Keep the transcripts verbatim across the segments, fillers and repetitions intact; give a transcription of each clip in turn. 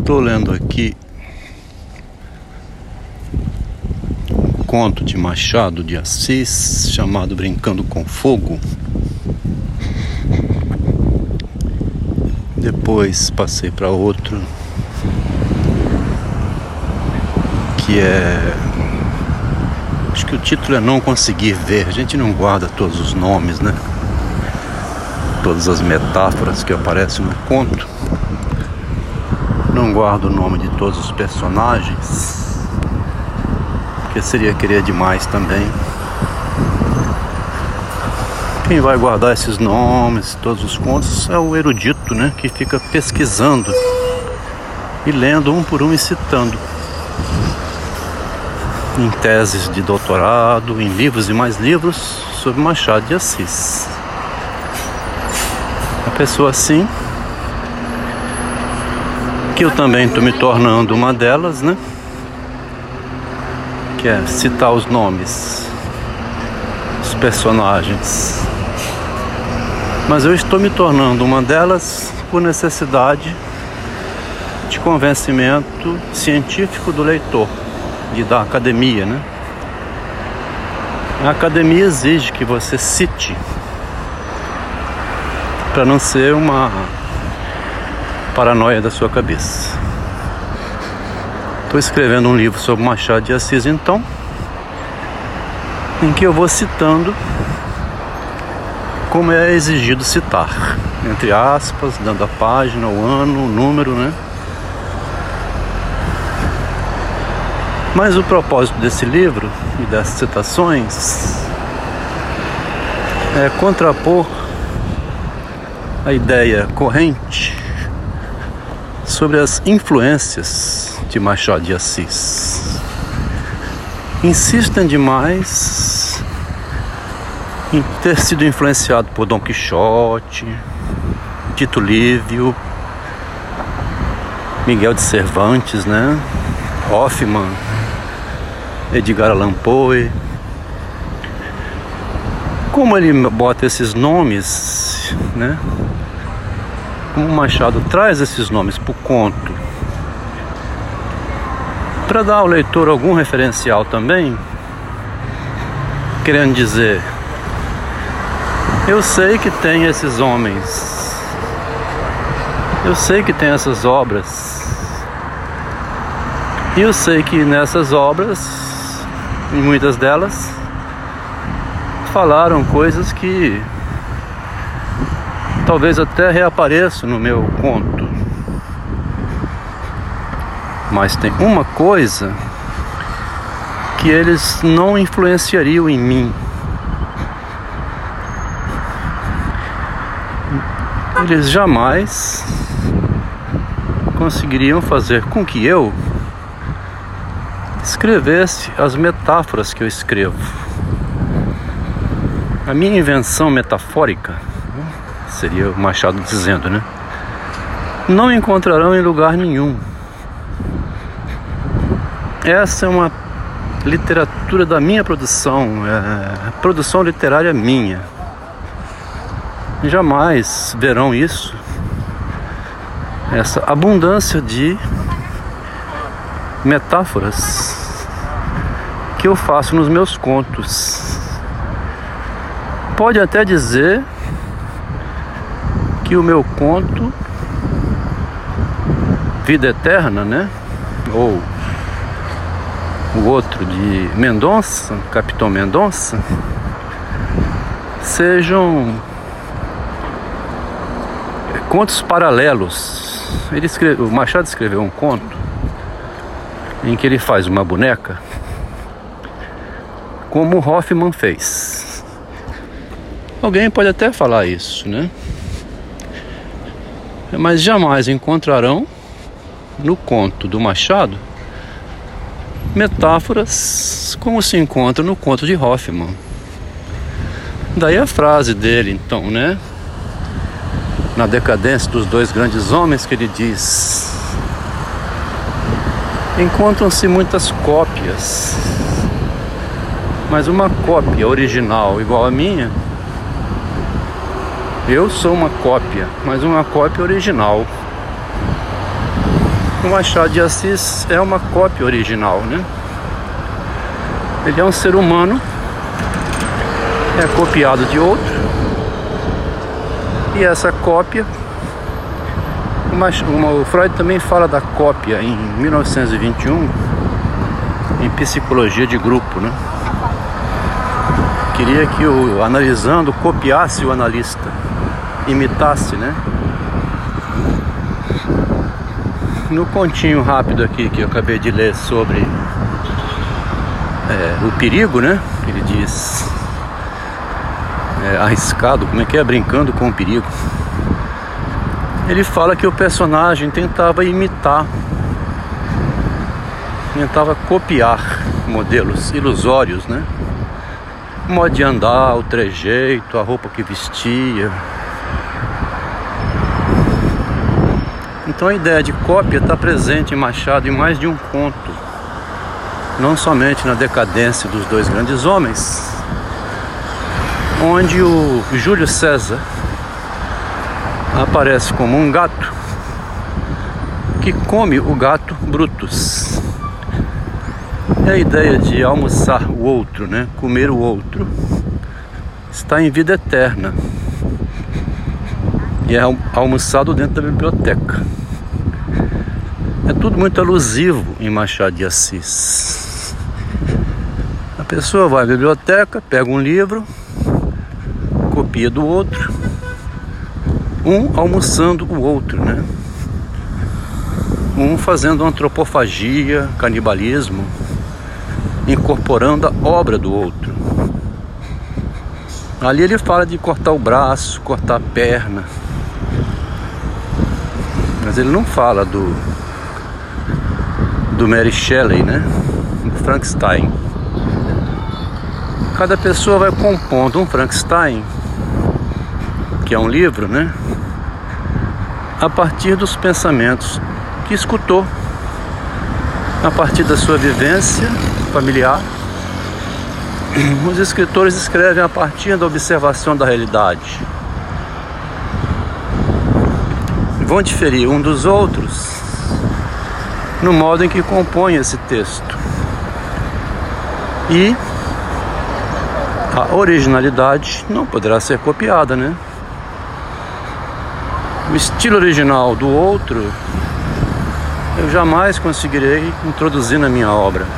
Estou lendo aqui um conto de Machado de Assis chamado Brincando com Fogo. Depois passei para outro que é... acho que o título é Não Conseguir Ver. A gente não guarda todos os nomes, né? Todas as metáforas que aparecem no conto. Não guardo o nome de todos os personagens, porque seria querer demais também. Quem vai guardar esses nomes, todos os contos, é o erudito, né? Que fica pesquisando e lendo um por um e citando em teses de doutorado, em livros e mais livros sobre Machado de Assis. A pessoa assim, que eu também estou me tornando uma delas, né? Que é citar os nomes, os personagens. Mas eu estou me tornando uma delas por necessidade de convencimento científico do leitor e da academia, né? A academia exige que você cite para não ser uma paranoia da sua cabeça. Estou escrevendo um livro sobre Machado de Assis, então, em que eu vou citando como é exigido citar, entre aspas, dando a página, o ano, o número, né? Mas o propósito desse livro e dessas citações é contrapor a ideia corrente sobre as influências de Machado de Assis. Insistem demais em ter sido influenciado por Dom Quixote, Tito Livio, Miguel de Cervantes, né? Hoffmann, Edgar Allan Poe. Como ele bota esses nomes, né? Como Machado traz esses nomes para o conto, para dar ao leitor algum referencial também, querendo dizer, eu sei que tem esses homens, eu sei que tem essas obras, e eu sei que nessas obras, em muitas delas, falaram coisas que talvez até reapareçam no meu conto. Mas tem uma coisa que eles não influenciariam em mim. Eles jamais conseguiriam fazer com que eu escrevesse as metáforas que eu escrevo. A minha invenção metafórica, seria o Machado dizendo, né? Não encontrarão em lugar nenhum. Essa é uma literatura da minha produção, é produção literária minha. Jamais verão isso, essa abundância de metáforas que eu faço nos meus contos. Pode até dizer que o meu conto Vida Eterna, né? Ou o outro de Mendonça, Capitão Mendonça, sejam contos paralelos. Ele escreve, o Machado escreveu um conto em que ele faz uma boneca como Hoffmann fez. Alguém pode até falar isso, né? Mas jamais encontrarão no conto do Machado metáforas como se encontra no conto de Hoffmann. Daí a frase dele, então, né? Na Decadência dos Dois Grandes Homens, que ele diz: encontram-se muitas cópias, mas uma cópia original igual a minha, eu sou uma cópia, mas uma cópia original. O Machado de Assis é uma cópia original, né? Ele é um ser humano, é copiado de outro, e essa cópia, o Freud também fala da cópia em mil novecentos e vinte e um, em Psicologia de Grupo, né? Queria que o analisando copiasse o analista, imitasse, né? No continho rápido aqui que eu acabei de ler sobre é, o perigo, né? Ele diz é, arriscado, como é que é? Brincando com o perigo. Ele fala que o personagem tentava imitar, tentava copiar modelos ilusórios, né? O modo de andar, o trejeito, a roupa que vestia. Então a ideia de cópia está presente em Machado em mais de um conto, não somente na Decadência dos Dois Grandes Homens, onde o Júlio César aparece como um gato que come o gato Brutus. É a ideia de almoçar o outro, né? Comer o outro, está em Vida Eterna e é almoçado dentro da biblioteca. É tudo muito alusivo em Machado de Assis. A pessoa vai à biblioteca, pega um livro, copia do outro, um almoçando o outro, né? Um fazendo antropofagia, canibalismo, incorporando a obra do outro. Ali ele fala de cortar o braço, cortar a perna, mas ele não fala do do Mary Shelley, né? Do Frankenstein. Cada pessoa vai compondo um Frankenstein, que é um livro, né? A partir dos pensamentos que escutou, a partir da sua vivência familiar. Os escritores escrevem a partir da observação da realidade. Vão diferir um dos outros no modo em que compõem esse texto. E a originalidade não poderá ser copiada, né? O estilo original do outro eu jamais conseguirei introduzir na minha obra.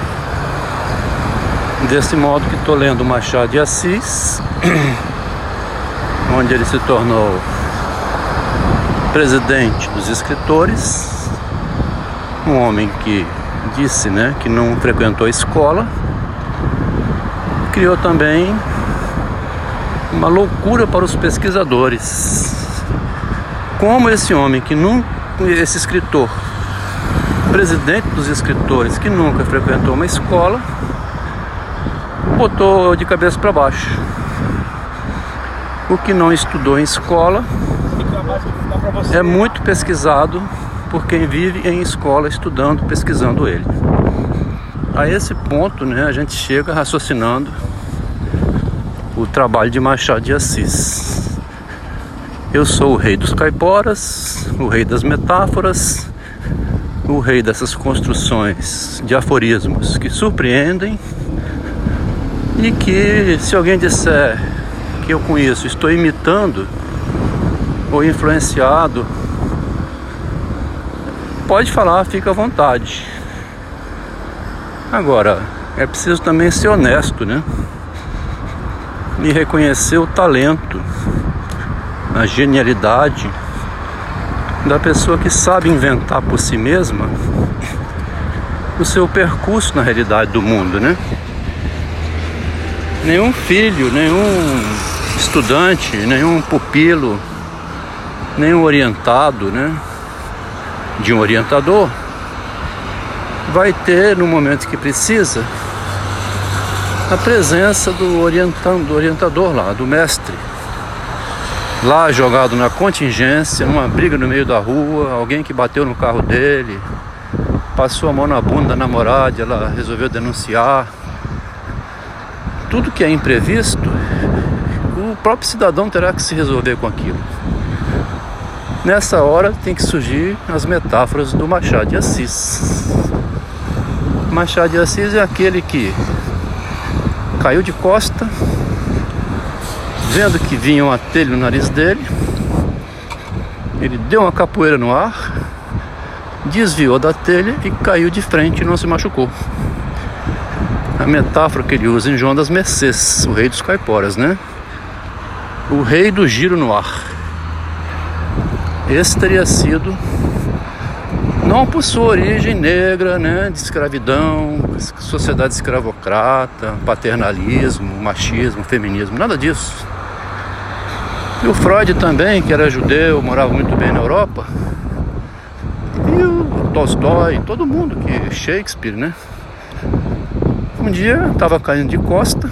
Desse modo que estou lendo Machado de Assis, onde ele se tornou presidente dos escritores, um homem que disse, né, que não frequentou a escola, criou também uma loucura para os pesquisadores. Como esse homem que nunca, esse escritor, presidente dos escritores que nunca frequentou uma escola, botou de cabeça para baixo. O que não estudou em escola é muito pesquisado por quem vive em escola estudando, pesquisando ele. A esse ponto, né, a gente chega raciocinando o trabalho de Machado de Assis. Eu sou o rei dos caiporas, o rei das metáforas, o rei dessas construções de aforismos que surpreendem e que, se alguém disser que eu com isso estou imitando ou influenciado, pode falar, fica à vontade. Agora, é preciso também ser honesto, né? E reconhecer o talento, a genialidade da pessoa que sabe inventar por si mesma o seu percurso na realidade do mundo, né? Nenhum filho, nenhum estudante, nenhum pupilo, nenhum orientado, né, de um orientador vai ter, no momento que precisa, a presença do, orientando, do orientador lá, do mestre, lá jogado na contingência, numa briga no meio da rua, alguém que bateu no carro dele, passou a mão na bunda da namorada, ela resolveu denunciar. Tudo que é imprevisto, o próprio cidadão terá que se resolver com aquilo. Nessa hora tem que surgir as metáforas do Machado de Assis. Machado de Assis é aquele que caiu de costa, vendo que vinha uma telha no nariz dele, ele deu uma capoeira no ar, desviou da telha e caiu de frente e não se machucou. A metáfora que ele usa em João das Mercês, o rei dos caiporas, né? O rei do giro no ar. Esse teria sido, não por sua origem negra, né, de escravidão, sociedade escravocrata, paternalismo, machismo, feminismo, nada disso. E o Freud também, que era judeu, morava muito bem na Europa. E o Tolstói, todo mundo, que Shakespeare, né? Um dia estava caindo de costa,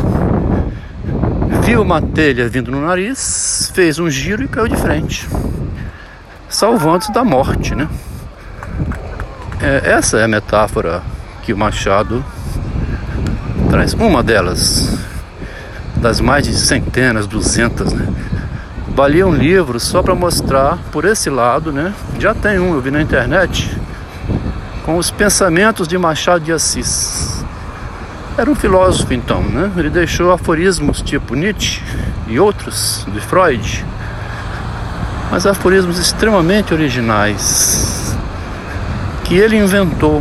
viu uma telha vindo no nariz, fez um giro e caiu de frente, salvando-se da morte, né? É, essa é a metáfora que o Machado traz. Uma delas, das mais de centenas, duzentas, né? Valia um livro só para mostrar por esse lado, né? Já tem um, eu vi na internet, com os pensamentos de Machado de Assis. Era um filósofo então, né? Ele deixou aforismos tipo Nietzsche e outros de Freud, mas aforismos extremamente originais que ele inventou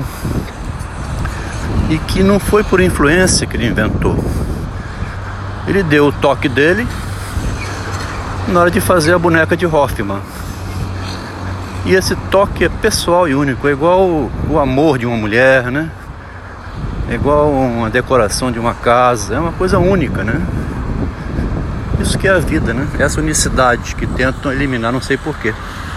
e que não foi por influência que ele inventou. Ele deu o toque dele na hora de fazer a boneca de Hoffmann. E esse toque é pessoal e único, é igual o, o amor de uma mulher, né? É igual uma decoração de uma casa, é uma coisa única, né? Isso que é a vida, né? Essa unicidade que tentam eliminar, não sei porquê.